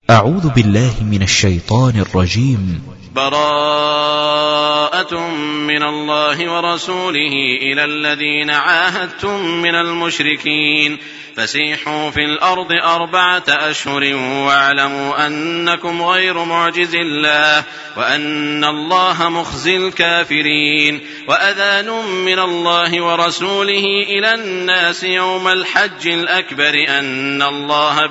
أعوذ بالله من الشيطان الرجيم. براءة من الله ورسوله إلى الذين عاهدتم من المشركين فسيحوا في الأرض 4 أشهر واعلموا أنكم غير معجز الله وأن الله مخزي الكافرين. وأذان من الله ورسوله إلى الناس يوم الحج الأكبر أن الله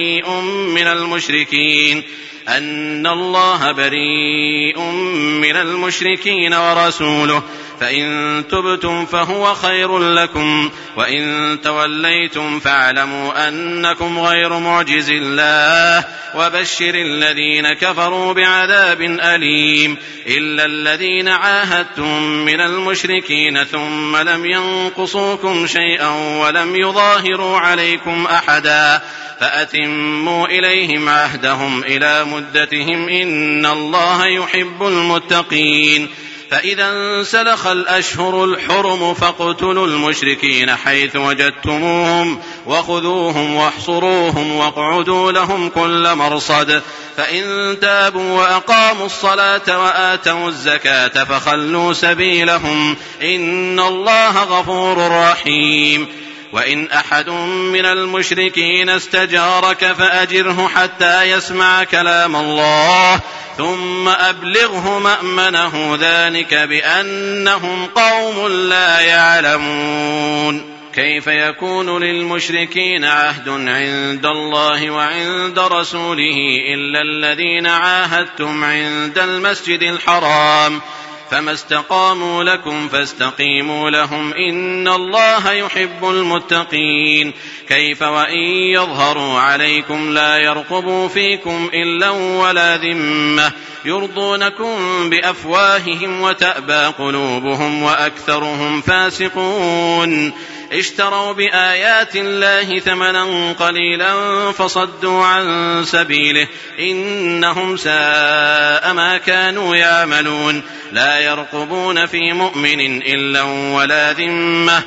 بريء من المشركين ورسوله فإن تبتم فهو خير لكم وإن توليتم فاعلموا أنكم غير معجز الله وبشر الذين كفروا بعذاب أليم. إلا الذين عاهدتم من المشركين ثم لم ينقصوكم شيئا ولم يظاهروا عليكم أحدا فأتموا إليهم عهدهم إلى مدتهم إن الله يحب المتقين. فإذا انسلخ الأشهر الحرم فاقتلوا المشركين حيث وجدتموهم وخذوهم واحصروهم واقعدوا لهم كل مرصد فإن تابوا وأقاموا الصلاة وآتوا الزكاة فخلوا سبيلهم إن الله غفور رحيم. وإن أحد من المشركين استجارك فأجره حتى يسمع كلام الله ثم أبلغه مأمنه ذلك بأنهم قوم لا يعلمون. كيف يكون للمشركين عهد عند الله وعند رسوله إلا الذين عاهدتم عند المسجد الحرام فما استقاموا لكم فاستقيموا لهم إن الله يحب المتقين. كيف وإن يظهروا عليكم لا يرقبوا فيكم إلا ولا ذمة يرضونكم بأفواههم وتأبى قلوبهم وأكثرهم فاسقون. اشتروا بآيات الله ثمنا قليلا فصدوا عن سبيله إنهم ساء ما كانوا يعملون. لا يرقبون في مؤمن إلا ولا ذمة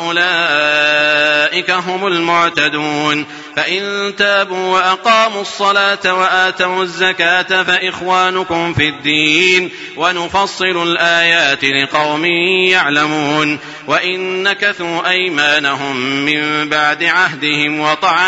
وأولئك هم المعتدون. فإن تابوا وأقاموا الصلاة وآتوا الزكاة فإخوانكم في الدين ونفصل الآيات لقوم يعلمون. وإن نكثوا أيمانهم من بعد عهدهم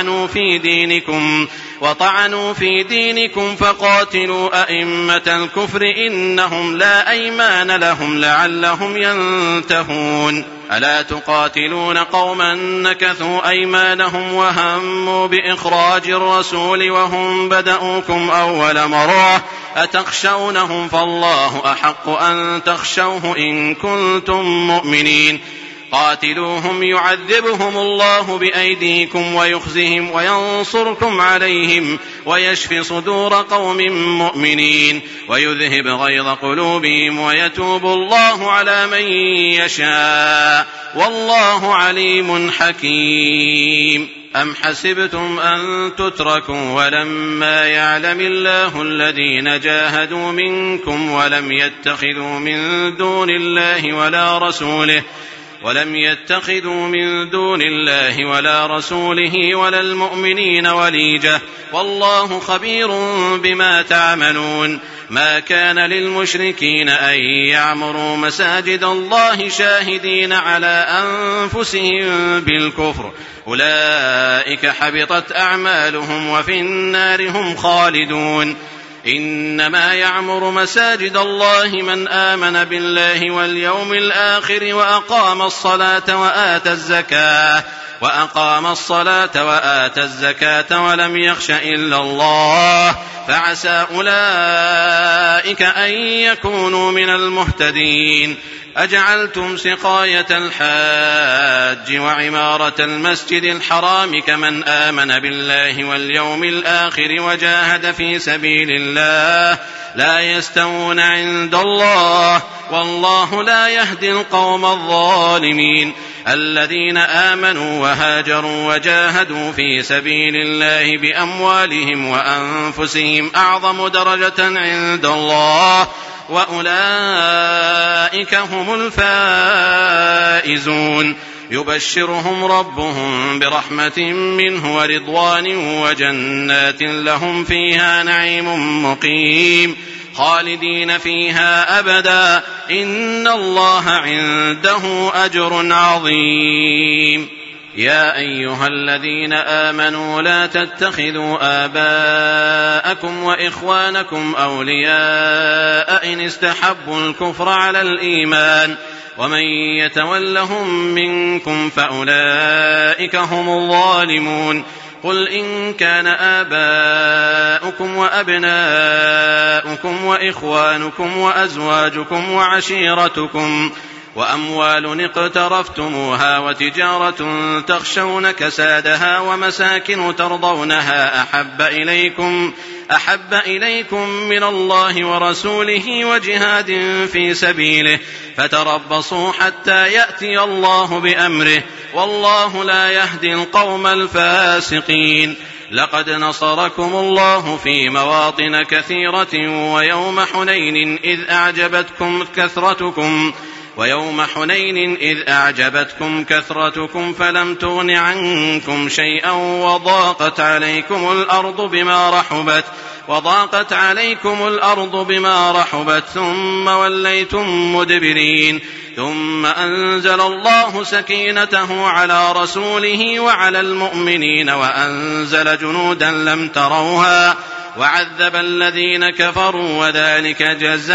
وطعنوا في دينكم فقاتلوا أئمة الكفر إنهم لا أيمان لهم لعلهم ينتهون. ألا تقاتلون قوما نكثوا أيمانهم وهموا بإخراج الرسول وهم بدأوكم أول مرة أتخشونهم فالله أحق أن تخشوه إن كنتم مؤمنين. قاتلوهم يعذبهم الله بأيديكم ويخزهم وينصركم عليهم ويشف صدور قوم مؤمنين ويذهب غيظ قلوبهم ويتوب الله على من يشاء والله عليم حكيم. أم حسبتم أن تتركوا ولما يعلم الله الذين جاهدوا منكم ولم يتخذوا من دون الله ولا رسوله ولا المؤمنين وليجة والله خبير بما تعملون. ما كان للمشركين أن يعمروا مساجد الله شاهدين على أنفسهم بالكفر أولئك حبطت أعمالهم وفي النار هم خالدون. إنما يعمر مساجد الله من آمن بالله واليوم الآخر وأقام الصلاة وآتى الزكاة ولم يخش إلا الله فعسى أولئك أن يكونوا من المهتدين. أجعلتم سقاية الحاج وعمارة المسجد الحرام كمن آمن بالله واليوم الآخر وجاهد في سبيل الله لا يستوون عند الله والله لا يهدي القوم الظالمين. الذين آمنوا وهاجروا وجاهدوا في سبيل الله بأموالهم وأنفسهم أعظم درجة عند الله وأولئك هم الفائزون. يبشرهم ربهم برحمة منه ورضوان وجنات لهم فيها نعيم مقيم خالدين فيها أبدا إن الله عنده أجر عظيم. يا أيها الذين آمنوا لا تتخذوا آباءكم وإخوانكم أولياء إن استحبوا الكفر على الإيمان ومن يتولهم منكم فأولئك هم الظالمون. قل إن كان آباؤكم وأبناؤكم وإخوانكم وأزواجكم وعشيرتكم وأموال اقترفتموها وتجارة تخشون كسادها ومساكن ترضونها أحب إليكم من الله ورسوله وجهاد في سبيله فتربصوا حتى يأتي الله بأمره والله لا يهدي القوم الفاسقين. لقد نصركم الله في مواطن كثيرة ويوم حنين إذ أعجبتكم كثرتكم فلم تغن عنكم شيئا وضاقت عليكم الأرض بما رحبت ثم وليتم مدبرين. ثم أنزل الله سكينته على رسوله وعلى المؤمنين وأنزل جنودا لم تروها وعذب الذين كفروا وذلك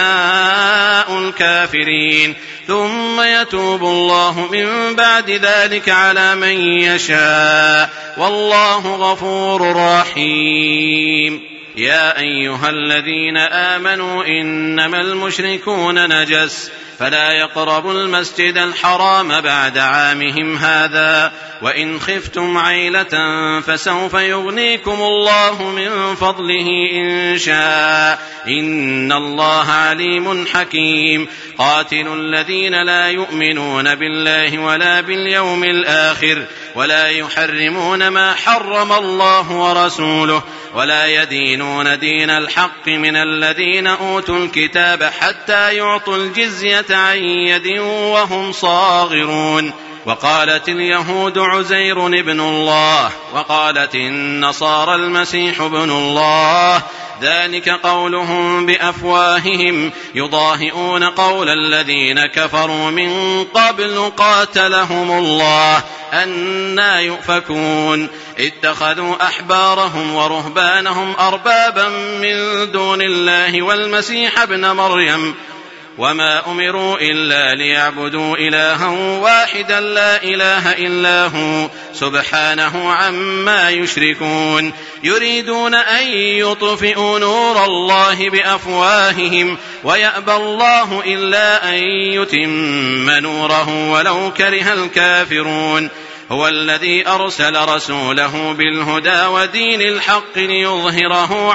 جزاء الكافرين. ثم يتوب الله من بعد ذلك على من يشاء والله غفور رحيم. يا أيها الذين آمنوا إنما المشركون نجس فلا يقربوا المسجد الحرام بعد عامهم هذا وإن خفتم عيلة فسوف يغنيكم الله من فضله إن شاء إن الله عليم حكيم. قاتلوا الذين لا يؤمنون بالله ولا باليوم الآخر ولا يحرمون ما حرم الله ورسوله ولا يدينون دين الحق من الذين أوتوا الكتاب حتى يعطوا الجزية عن يد وهم صاغرون. وقالت اليهود عزير ابن الله وقالت النصارى المسيح ابن الله ذلك قولهم بأفواههم يضاهئون قول الذين كفروا من قبل قاتلهم الله أنى يؤفكون. اتخذوا أحبارهم ورهبانهم أربابا من دون الله والمسيح ابن مريم وما أمروا إلا ليعبدوا إلها واحدا لا إله إلا هو سبحانه عما يشركون. يريدون أن يطفئوا نور الله بأفواههم ويأبى الله إلا أن يتم نوره ولو كره الكافرون. هو الذي أرسل رسوله بالهدى ودين الحق ليظهره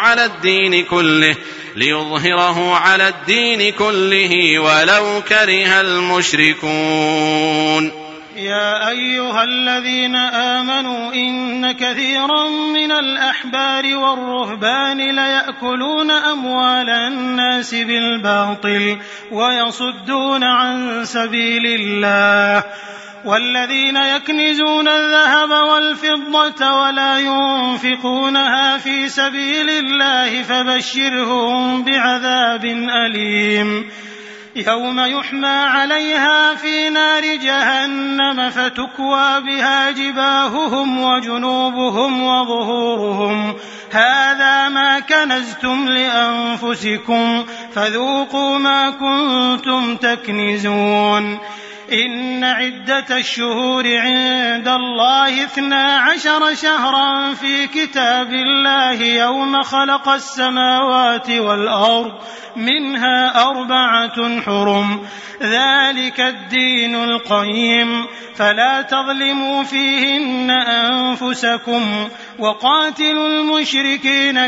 على الدين كله ولو كره المشركون. يا أيها الذين آمنوا إن كثيرا من الأحبار والرهبان ليأكلون أموال الناس بالباطل ويصدون عن سبيل الله والذين يكنزون الذهب والفضة ولا ينفقونها في سبيل الله فبشرهم بعذاب أليم يوم يحمى عليها في نار جهنم فتكوى بها جباههم وجنوبهم وظهورهم هذا ما كنزتم لأنفسكم فذوقوا ما كنتم تكنزون. إن عدة الشهور عند الله 12 شهرا في كتاب الله يوم خلق السماوات والأرض منها 4 حرم ذلك الدين القيم فلا تظلموا فيهن أنفسكم وقاتلوا المشركين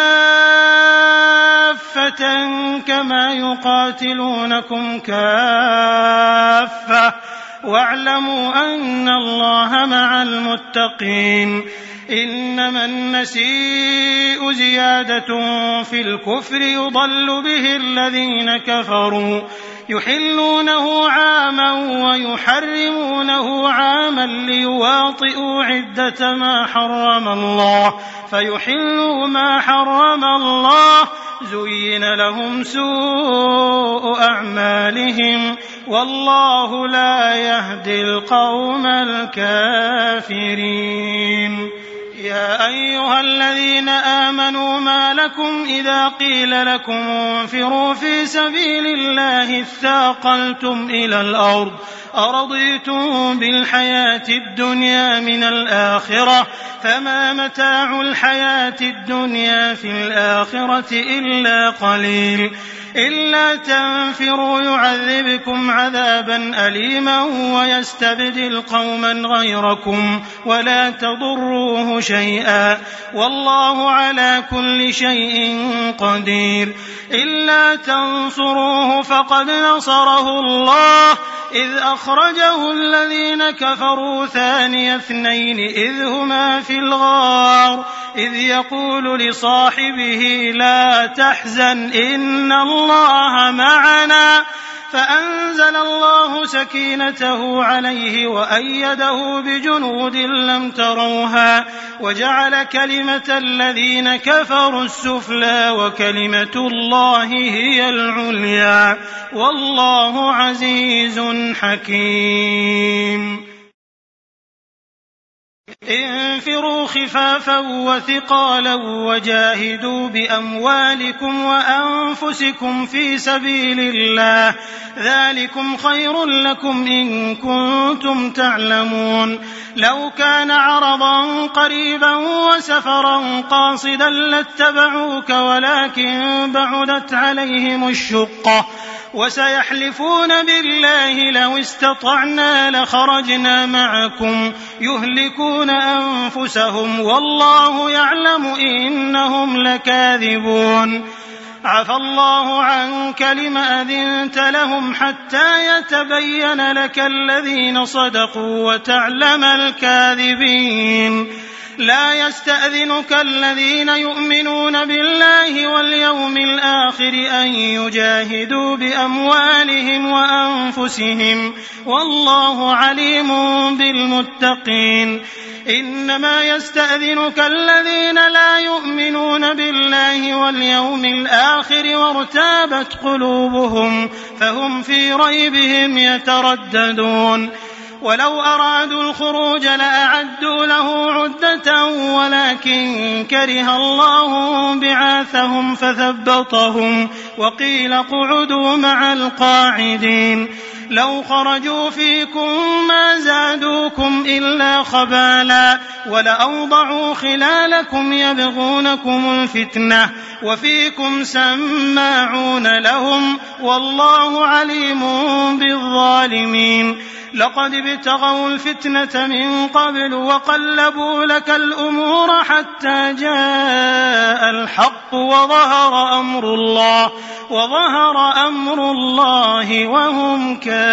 كافة كما يقاتلونكم كافة واعلموا أن الله مع المتقين. إنما النسيء زيادة في الكفر يضل به الذين كفروا يحلونه عاما ويحرمونه عاما ليواطئوا عدة ما حرم الله فيحلوا ما حرم الله زين لهم سوء أعمالهم والله لا يهدي القوم الكافرين. يا أيها الذين آمنوا ما لكم إذا قيل لكم انفروا في سبيل الله اثاقلتم إلى الأرض أرضيتم بالحياة الدنيا من الآخرة فما متاع الحياة الدنيا في الآخرة إلا قليل إلا تنفروا يعذبكم عذابا أليما ويستبدل قوما غيركم ولا تضروه شيئا والله على كل شيء قدير. إلا تنصروه فقد نصره الله إذ أخرجه الذين كفروا ثاني اثنين إذ هما في الغار إذ يقول لصاحبه لا تحزن إن الله معنا فأنزل الله سكينته عليه وأيده بجنود لم تروها وجعل كلمة الذين كفروا السفلى وكلمة الله هي العليا والله عزيز حكيم. انفروا خفافا وثقالا وجاهدوا بأموالكم وأنفسكم في سبيل الله ذلكم خير لكم إن كنتم تعلمون. لو كان عرضا قريبا وسفرا قاصدا لاتبعوك ولكن بعدت عليهم الشقة وسيحلفون بالله لو استطعنا لخرجنا معكم يهلكون أنفسهم والله يعلم إنهم لكاذبون. عفى الله عنك لم أذنت لهم حتى يتبين لك الذين صدقوا وتعلم الكاذبين. لا يستأذنك الذين يؤمنون بالله واليوم الآخر أن يجاهدوا بأموالهم وأنفسهم والله عليم بالمتقين. إنما يستأذنك الذين لا يؤمنون بالله واليوم الآخر وارتابت قلوبهم فهم في ريبهم يترددون. ولو أرادوا الخروج لأعدوا له عدة ولكن كره الله بعاثهم فثبطهم وقيل اقعدوا مع القاعدين. لو خرجوا فيكم ما زادوكم إلا خبالا ولأوضعوا خلالكم يبغونكم الفتنة وفيكم سماعون لهم والله عليم بالظالمين. لقد ابتغوا الفتنة من قبل وقلبوا لك الأمور حتى جاء الحق وظهر أمر الله وهم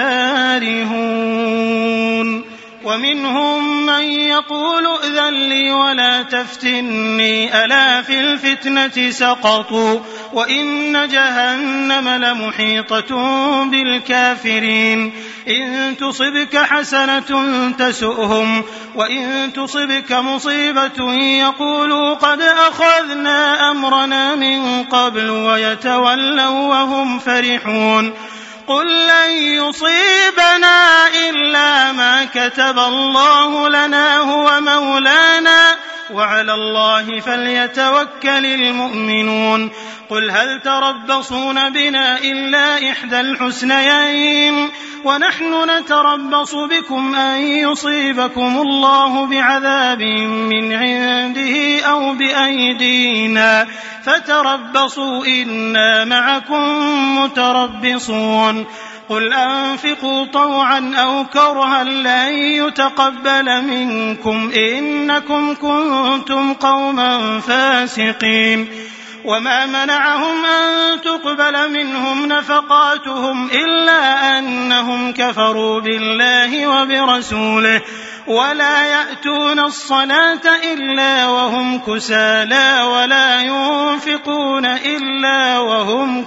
كارهون. ومنهم من يقول ائذن لي ولا تفتني ألا في الفتنة سقطوا وإن جهنم لمحيطة بالكافرين. إن تصبك حسنة تسؤهم وإن تصبك مصيبة يقولوا قد أخذنا أمرنا من قبل ويتولوا وهم فرحون. قل لن يصيبنا إلا ما كتب الله لنا هو مولانا وعلى الله فليتوكل المؤمنون. قل هل تربصون بنا إلا إحدى الحسنيين ونحن نتربص بكم أن يصيبكم الله بعذاب من عنده أو بأيدينا فتربصوا إنا معكم متربصون. قل أنفقوا طوعا أو كرها لن يتقبل منكم إنكم كنتم قوما فاسقين. وما منعهم أن تقبل منهم نفقاتهم إلا أنهم كفروا بالله وبرسوله ولا يأتون الصلاة إلا وهم كسالى ولا ينفقون إلا وهم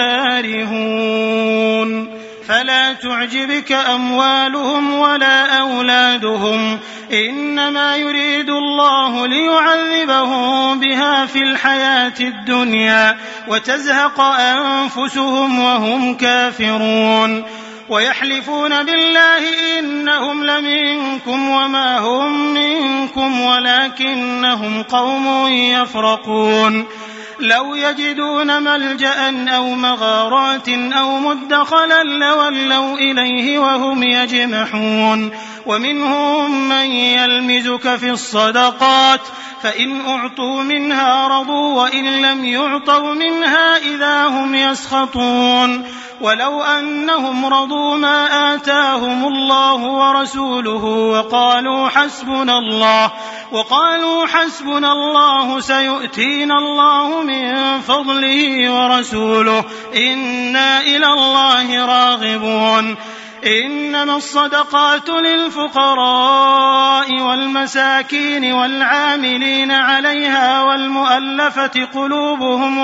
كارهون فلا تعجبك أموالهم ولا أولادهم إنما يريد الله ليعذبهم بها في الحياة الدنيا وتزهق أنفسهم وهم كافرون ويحلفون بالله إنهم لمنكم وما هم منكم ولكنهم قوم يفرقون لو يجدون ملجأ أو مغارات أو مدخلا لولوا إليه وهم يجمحون ومنهم من يلمزك في الصدقات فإن أعطوا منها رضوا وإن لم يعطوا منها إذا هم يسخطون ولو أنهم رضوا ما آتاهم الله ورسوله وقالوا حسبنا الله سيؤتينا الله من فضله ورسوله إنا إلى الله راغبون إنما الصدقات للفقراء والمساكين والعاملين عليها والمؤلفة قلوبهم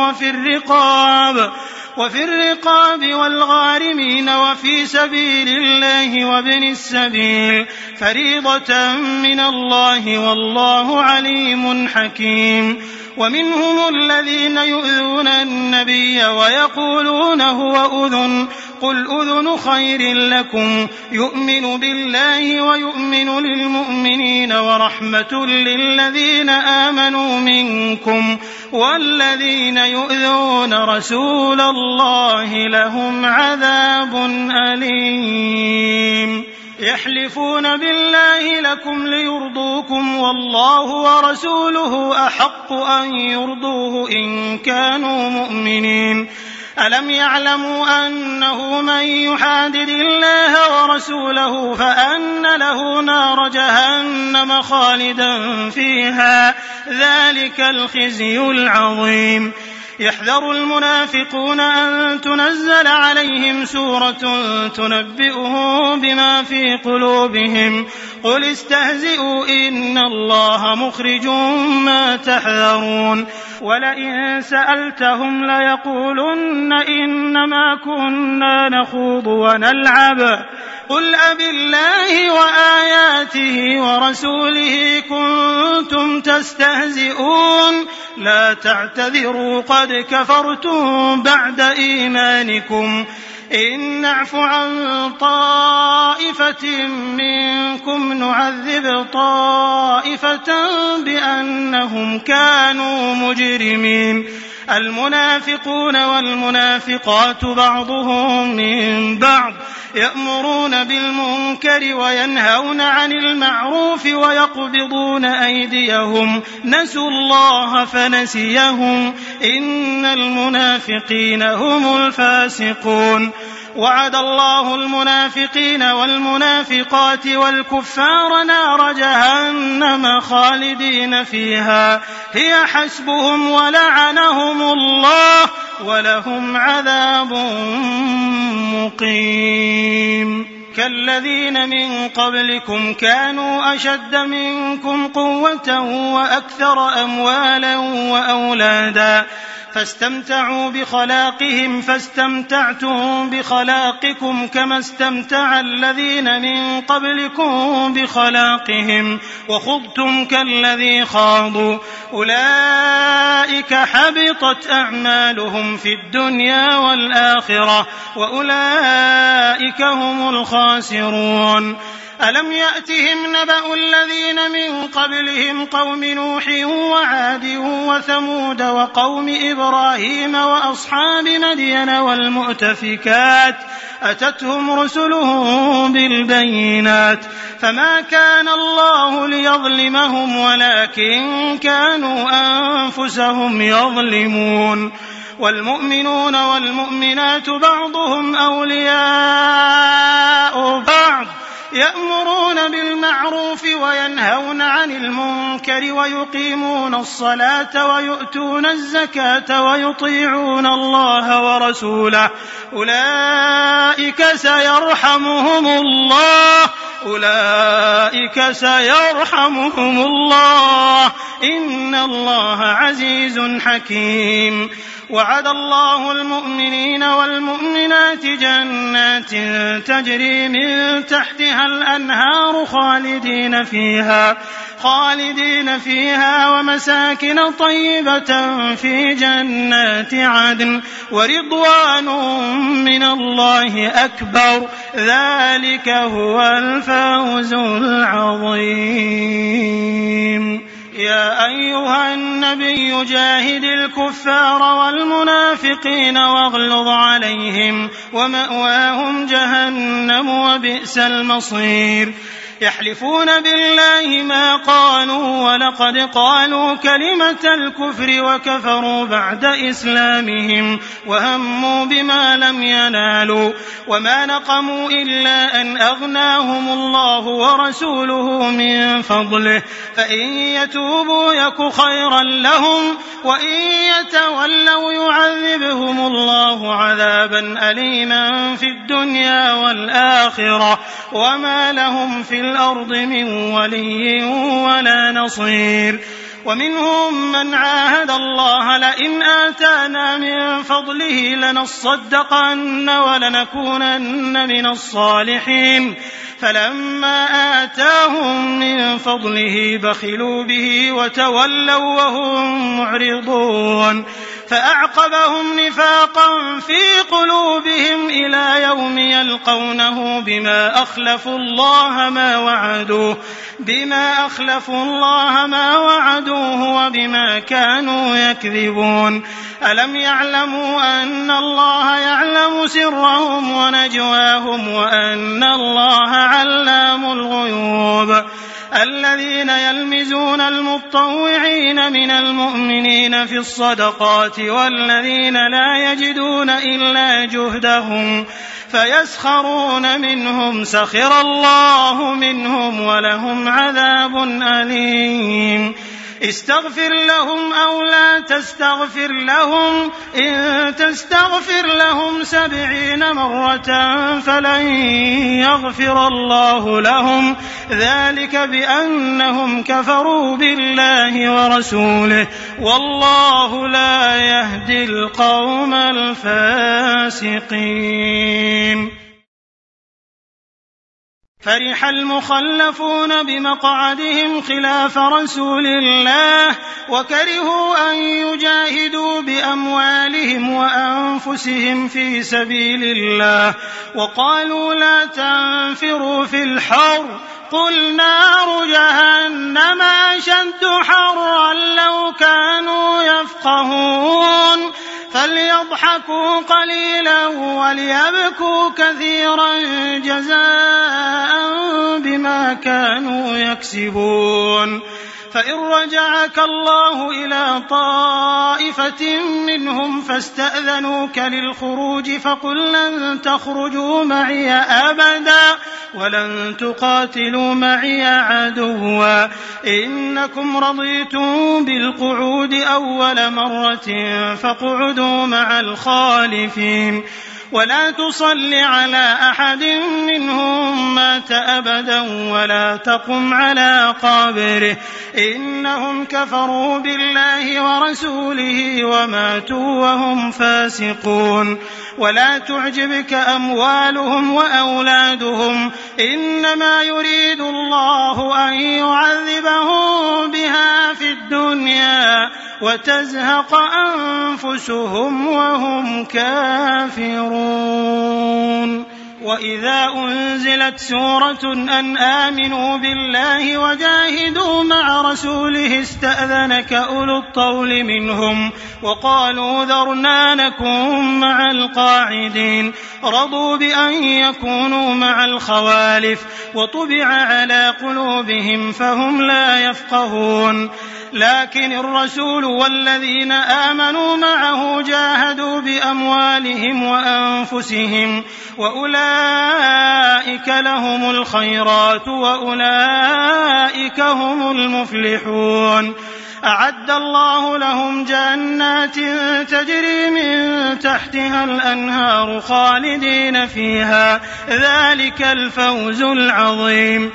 وفي الرقاب والغارمين وفي سبيل الله وابن السبيل فريضة من الله والله عليم حكيم ومنهم الذين يؤذون النبي ويقولون هو أذن قل أذن خير لكم يؤمن بالله ويؤمن للمؤمنين ورحمة للذين آمنوا منكم والذين يؤذون رسول الله لهم عذاب أليم يحلفون بالله لكم ليرضوكم والله ورسوله أحق أن يرضوه إن كانوا مؤمنين ألم يعلموا أنه من يحادد الله ورسوله فأن له نار جهنم خالدا فيها ذلك الخزي العظيم يحذر المنافقون أن تنزل عليهم سورة تنبئهم بما في قلوبهم قل استهزئوا إن الله مخرج ما تحذرون ولئن سألتهم ليقولن إنما كنا نخوض ونلعب قل أبالله وآياته ورسوله كنتم تستهزئون لا تعتذروا قد كفرتم بعد إيمانكم إن نعف عن طائفة منكم نعذب طائفة بأنهم كانوا مجرمين المنافقون والمنافقات بعضهم من بعض يأمرون بالمنكر وينهون عن المعروف ويقبضون أيديهم نسوا الله فنسيهم إن المنافقين هم الفاسقون وعد الله المنافقين والمنافقات والكفار نار جهنم خالدين فيها هي حسبهم ولعنهم الله ولهم عذاب مقيم كالذين من قبلكم كانوا أشد منكم قوة وأكثر أموالا وأولادا فاستمتعوا بخلاقهم فاستمتعتم بخلاقكم كما استمتع الذين من قبلكم بخلاقهم وخضتم كالذي خاضوا أولئك حبطت أعمالهم في الدنيا والآخرة وأولئك هم الخاسرون ألم يأتهم نبأ الذين من قبلهم قوم نوح وعاد وثمود وقوم إبراهيم وأصحاب مدين والمؤتفكات أتتهم رسلهم بالبينات فما كان الله ليظلمهم ولكن كانوا أنفسهم يظلمون والمؤمنون والمؤمنات بعضهم أولياء بعض يأمرون بالمعروف وينهون عن المنكر ويقيمون الصلاة ويؤتون الزكاة ويطيعون الله ورسوله أولئك سيرحمهم الله أولئك سيرحمهم الله إن الله عزيز حكيم. وعد الله المؤمنين والمؤمنات جنات تجري من تحتها الأنهار خالدين فيها ومساكن طيبة في جنات عدن ورضوان من الله أكبر ذلك هو الفوز العظيم. يا أيها النبي جاهد الكفار والمنافقين واغلظ عليهم ومأواهم جهنم وبئس المصير. يحلفون بالله ما قالوا ولقد قالوا كلمة الكفر وكفروا بعد إسلامهم وهموا بما لم ينالوا وما نقموا إلا أن أغناهم الله ورسوله من فضله فإن يتوبوا يك خيرا لهم وإن يتولوا يعذبهم الله عذابا أليما في الدنيا والآخرة وما لهم في الأرض من ولي ولا نصير. ومنهم من عاهد الله لئن آتانا من فضله لنصدقن ولنكونن من الصالحين فلما آتاهم من فضله بخلوا به وتولوا وهم معرضون فأعقبهم نفاقا في قلوبهم إلى يوم يلقونه بما أخلفوا الله ما وعدوه وبما كانوا يكذبون. ألم يعلموا أن الله يعلم سرهم ونجواهم وأن الله علام الغيوب. الذين يلمزون المطوعين من المؤمنين في الصدقات والذين لا يجدون إلا جهدهم فيسخرون منهم سخر الله منهم ولهم عذاب أليم. استغفر لهم أو لا تستغفر لهم إن تستغفر لهم 70 مرة فلن يغفر الله لهم ذلك بأنهم كفروا بالله ورسوله والله لا يهدي القوم الفاسقين. فرح المخلفون بمقعدهم خلاف رسول الله وكرهوا أن يجاهدوا بأموالهم وأنفسهم في سبيل الله وقالوا لا تنفروا في الحر قل نار جهنم أشد حرا لو كانوا يفقهون فليضحكوا قليلا وليبكوا كثيرا جزاء بما كانوا يكسبون. فإن رجعك الله إلى طائفة منهم فاستأذنوك للخروج فقل لن تخرجوا معي أبدا ولن تقاتلوا معي عدوا إنكم رضيتم بالقعود أول مرة فاقعدوا مع الخالفين ولا تصل على أحد منهم مات أبدا ولا تقم على قبره إنهم كفروا بالله ورسوله وماتوا وهم فاسقون. ولا تعجبك أموالهم وأولادهم إنما يريد الله أن يعذبهم بها في الدنيا وتزهق أنفسهم وهم كافرون. وإذا أنزلت سورة أن آمنوا بالله وجاهدوا مع رسوله استأذنك أولو الطول منهم وقالوا ذرنا نكن مع القاعدين رضوا بأن يكونوا مع الخوالف وطبع على قلوبهم فهم لا يفقهون. لكن الرسول والذين آمنوا معه جاهدوا بأموالهم وأنفسهم وأولئك لهم الخيرات وأولئك هم المفلحون. أعد الله لهم جنات تجري من تحتها الأنهار خالدين فيها ذلك الفوز العظيم.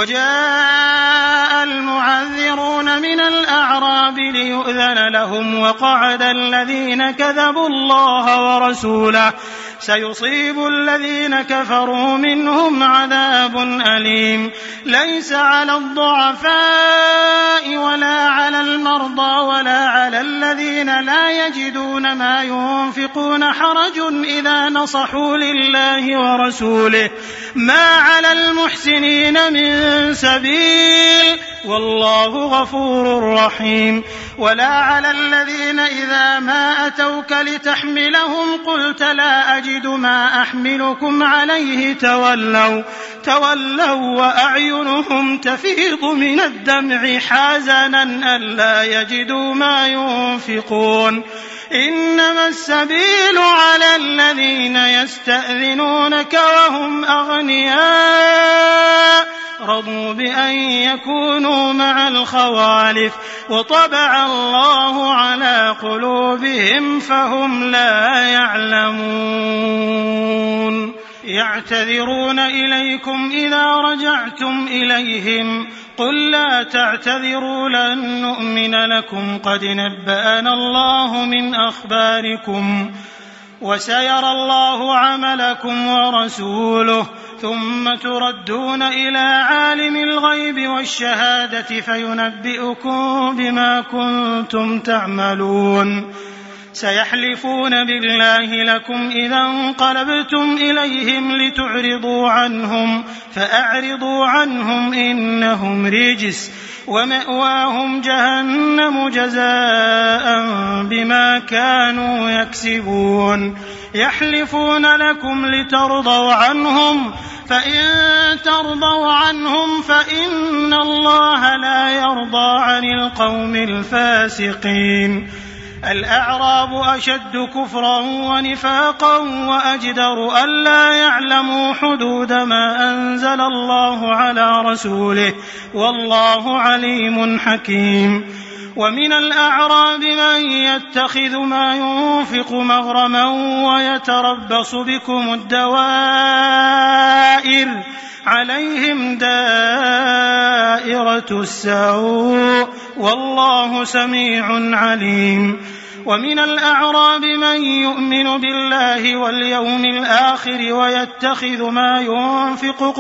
وجاء المعذرون من الأعراب ليؤذن لهم وقعد الذين كذبوا الله ورسوله سيصيب الذين كفروا منهم عذاب أليم. ليس على الضعفاء ولا على المرضى ولا على الذين لا يجدون ما ينفقون حرج إذا نصحوا لله ورسوله ما على المحسنين من سبيل والله غفور رحيم. ولا على الذين إذا ما أتوك لتحملهم قلت لا أجد ما أحملكم عليه تولوا وأعينهم تفيض من الدمع حزنا ألا يجدوا ما ينفقون. إنما السبيل على الذين يستأذنونك وهم أغنياء رضوا بأن يكونوا مع الخوالف وطبع الله على قلوبهم فهم لا يعلمون. يعتذرون إليكم إذا رجعتم إليهم قل لا تعتذروا لن نؤمن لكم قد نبأنا الله من أخباركم وسيرى الله عملكم ورسوله ثم تردون إلى عالم الغيب والشهادة فينبئكم بما كنتم تعملون. سيحلفون بالله لكم إذا انقلبتم إليهم لتعرضوا عنهم فأعرضوا عنهم إنهم رجس ومأواهم جهنم جزاء بما كانوا يكسبون. يحلفون لكم لترضوا عنهم فإن ترضوا عنهم فإن الله لا يرضى عن القوم الفاسقين. الأعراب أشد كفرا ونفاقا وأجدر ألا يعلموا حدود ما أنزل الله على رسوله والله عليم حكيم. ومن الأعراب من يتخذ ما ينفق مغرما ويتربص بكم الدوائر عليهم دائرة السوء والله سميع عليم. ومن الأعراب من يؤمن بالله واليوم الآخر ويتخذ ما ينفق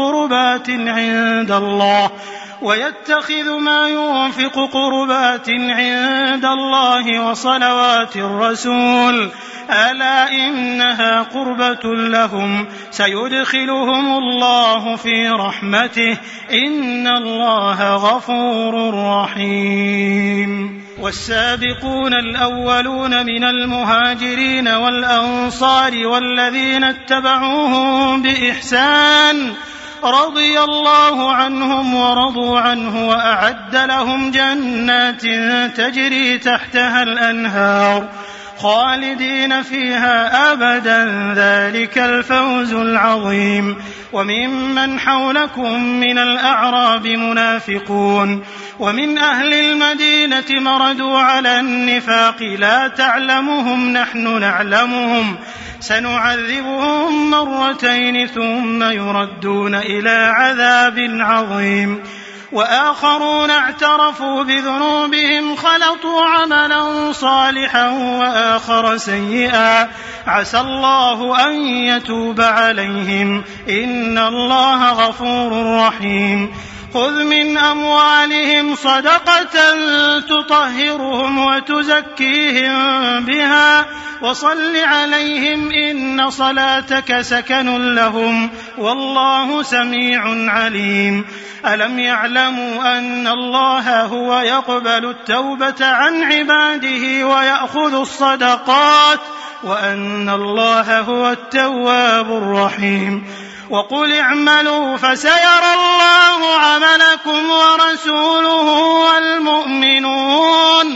قربات عند الله وصلوات الرسول ألا إنها قربة لهم سيدخلهم الله في رحمته إن الله غفور رحيم. والسابقون الأولون من المهاجرين والأنصار والذين اتبعوهم بإحسان رضي الله عنهم ورضوا عنه وأعد لهم جنات تجري تحتها الأنهار خالدين فيها أبدا ذلك الفوز العظيم. وممن حولكم من الأعراب منافقون ومن أهل المدينة مردوا على النفاق لا تعلمهم نحن نعلمهم سنعذبهم مرتين ثم يردون إلى عذاب عظيم. وآخرون اعترفوا بذنوبهم خلطوا عملا صالحا وآخر سيئا عسى الله أن يتوب عليهم إن الله غفور رحيم. خذ من أموالهم صدقة تطهرهم وتزكيهم بها وصل عليهم إن صلاتك سكن لهم والله سميع عليم. ألم يعلموا أن الله هو يقبل التوبة عن عباده ويأخذ الصدقات وأن الله هو التواب الرحيم. وقل اعملوا فسيرى الله عملكم ورسوله والمؤمنون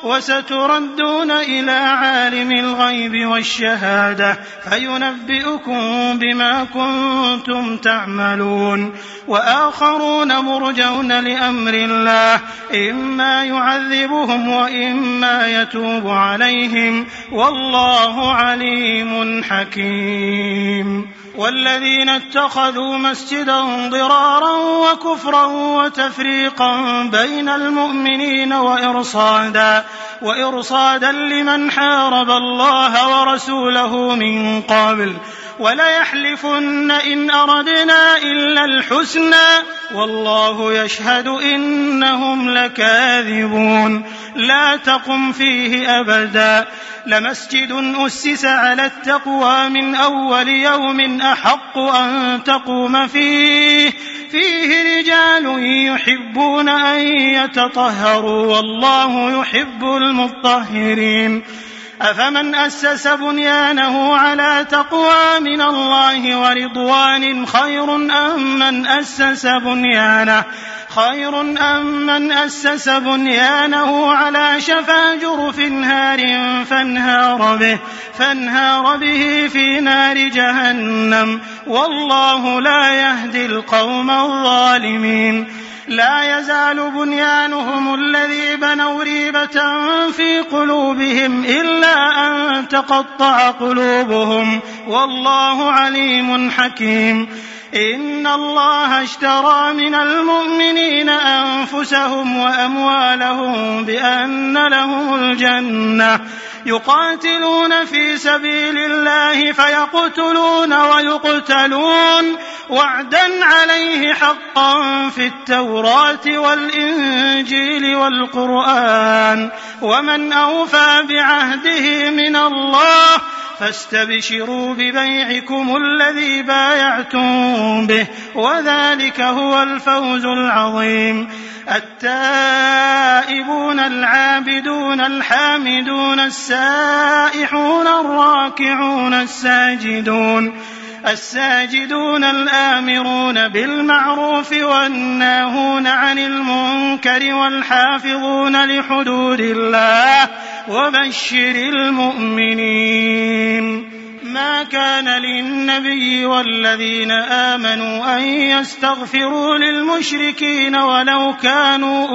وستردون إلى عالم الغيب والشهادة فينبئكم بما كنتم تعملون. وآخرون مرجون لأمر الله إما يعذبهم وإما يتوب عليهم والله عليم حكيم. والذين اتخذوا مسجدا ضرارا وكفرا وتفريقا بين المؤمنين وإرصادا لمن حارب الله ورسوله من قبل وليحلفن إن أردنا إلا الحسنى والله يشهد إنهم لكاذبون. لا تقم فيه أبدا لمسجد أسس على التقوى من أول يوم أحق أن تقوم فيه رجال يحبون أن يتطهروا والله يحب المطهرين. أفمن أسس بنيانه على تقوى من الله ورضوان خير أم من أسس بنيانه على شفا جرف هار فانهار به في نار جهنم والله لا يهدي القوم الظالمين. لا يزال بنيانهم الذي بنوا ريبة في قلوبهم إلا أن تقطع قلوبهم والله عليم حكيم. إن الله اشترى من المؤمنين أنفسهم وأموالهم بأن لهم الجنة يقاتلون في سبيل الله فيقتلون ويقتلون وعدا عليه حقا في التوراة والإنجيل والقرآن ومن أوفى بعهده من الله فاستبشروا ببيعكم الذي بايعتم به وذلك هو الفوز العظيم. التائبون العابدون الحامدون السائحون الراكعون الساجدون الآمرون بالمعروف والناهون عن المنكر والحافظون لحدود الله وبشر المؤمنين. ما كان للنبي والذين آمنوا أن يستغفروا للمشركين ولو كانوا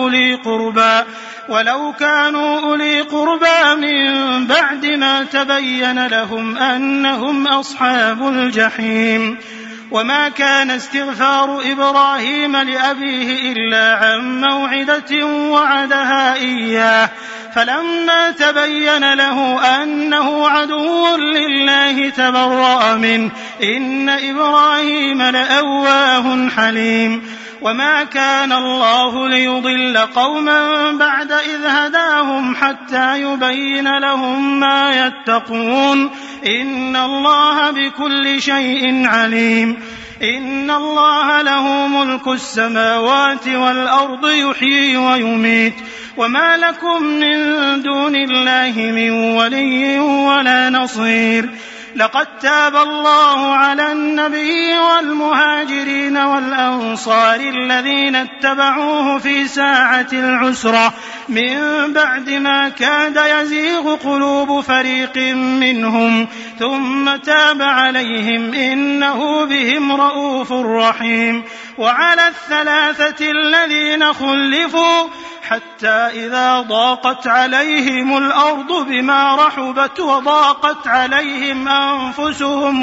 أولي قربى من بعد ما تبين لهم أنهم أصحاب الجحيم. وما كان استغفار إبراهيم لأبيه إلا عن موعدة وعدها إياه فلما تبين له أنه عدو لله تبرأ منه إن إبراهيم لأواه حليم. وما كان الله ليضل قوما بعد إذ هداهم حتى يبين لهم ما يتقون إن الله بكل شيء عليم. إن الله له ملك السماوات والأرض يحيي ويميت وما لكم من دون الله من ولي ولا نصير. لقد تاب الله على النبي والمهاجرين والأنصار الذين اتبعوه في ساعة العسرة من بعد ما كاد يزيغ قلوب فريق منهم ثم تاب عليهم إنه بهم رؤوف رحيم. وعلى الثلاثة الذين خلفوا حتى إذا ضاقت عليهم الأرض بما رحبت وضاقت عليهم أنفسهم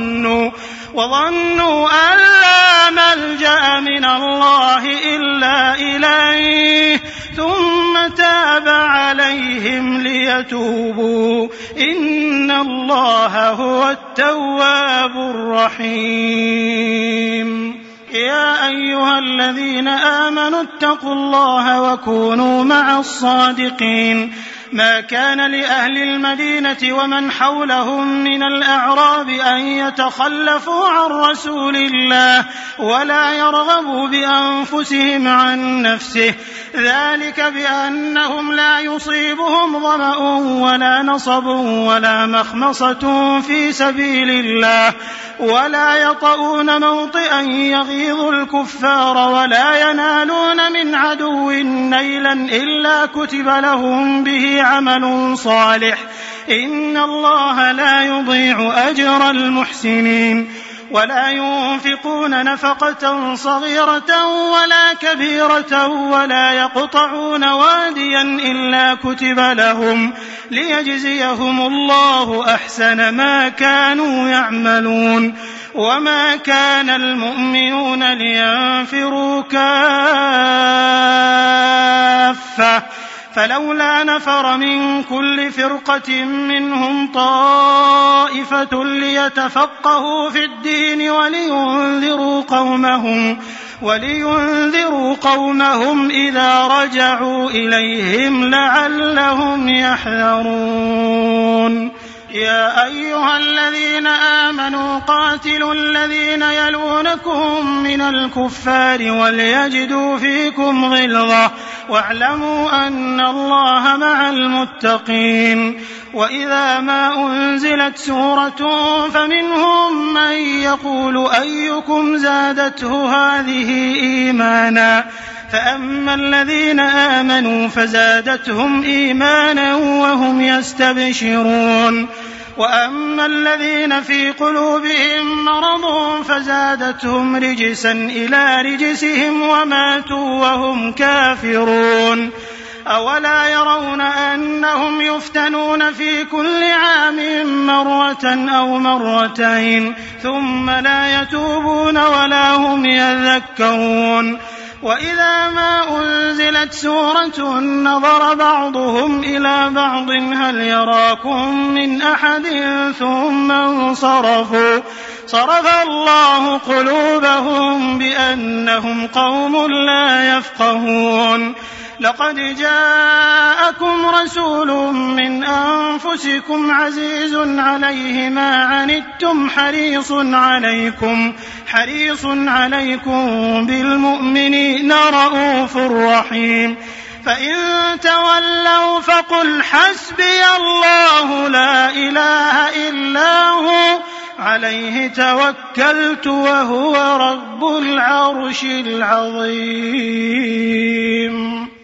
وظنوا أن لا ملجأ من الله إلا إليه ثم تاب عليهم ليتوبوا إن الله هو التواب الرحيم. يا أيها الذين آمنوا اتقوا الله وكونوا مع الصادقين ما كان لأهل المدينة ومن حولهم من الأعراب أن يتخلفوا عن رسول الله ولا يرغبوا بأنفسهم عن نفسه، ذلك بأنهم لا يصيبهم ظمأ ولا نصب ولا مخمصة في سبيل الله ولا يطؤون موطئا يغيظ الكفار ولا ينالون من عدو نيلا إلا كتب لهم به عمل صالح، إن الله لا يضيع أجر المحسنين. ولا ينفقون نفقة صغيرة ولا كبيرة ولا يقطعون واديا إلا كتب لهم ليجزيهم الله أحسن ما كانوا يعملون. وما كان المؤمنون لينفروا كافة فلولا نفر من كل فرقة منهم طائفة ليتفقهوا في الدين ولينذروا قومهم إذا رجعوا إليهم لعلهم يحذرون. يا أيها الذين آمنوا قاتلوا الذين يلونكم من الكفار وليجدوا فيكم غلظة واعلموا أن الله مع المتقين. وإذا ما أنزلت سورة فمنهم من يقول أيكم زادته هذه إيمانا، فأما الذين آمنوا فزادتهم إيمانا وهم يستبشرون، وأما الذين في قلوبهم مرض فزادتهم رجسا إلى رجسهم وماتوا وهم كافرون. أولا يرون أنهم يفتنون في كل عام مرة أو مرتين ثم لا يتوبون ولا هم يذكرون. وإذا ما أنزلت سورة نظر بعضهم إلى بعض هل يراكم من أحد ثم انصرفوا، صرف الله قلوبهم بأنهم قوم لا يفقهون. لقد جاءكم رسول من أنفسكم عزيز عليه ما عنتم حريص عليكم بالمؤمنين رءوف رحيم. فإن تولوا فقل حسبي الله لا إله إلا هو عليه توكلت وهو رب العرش العظيم.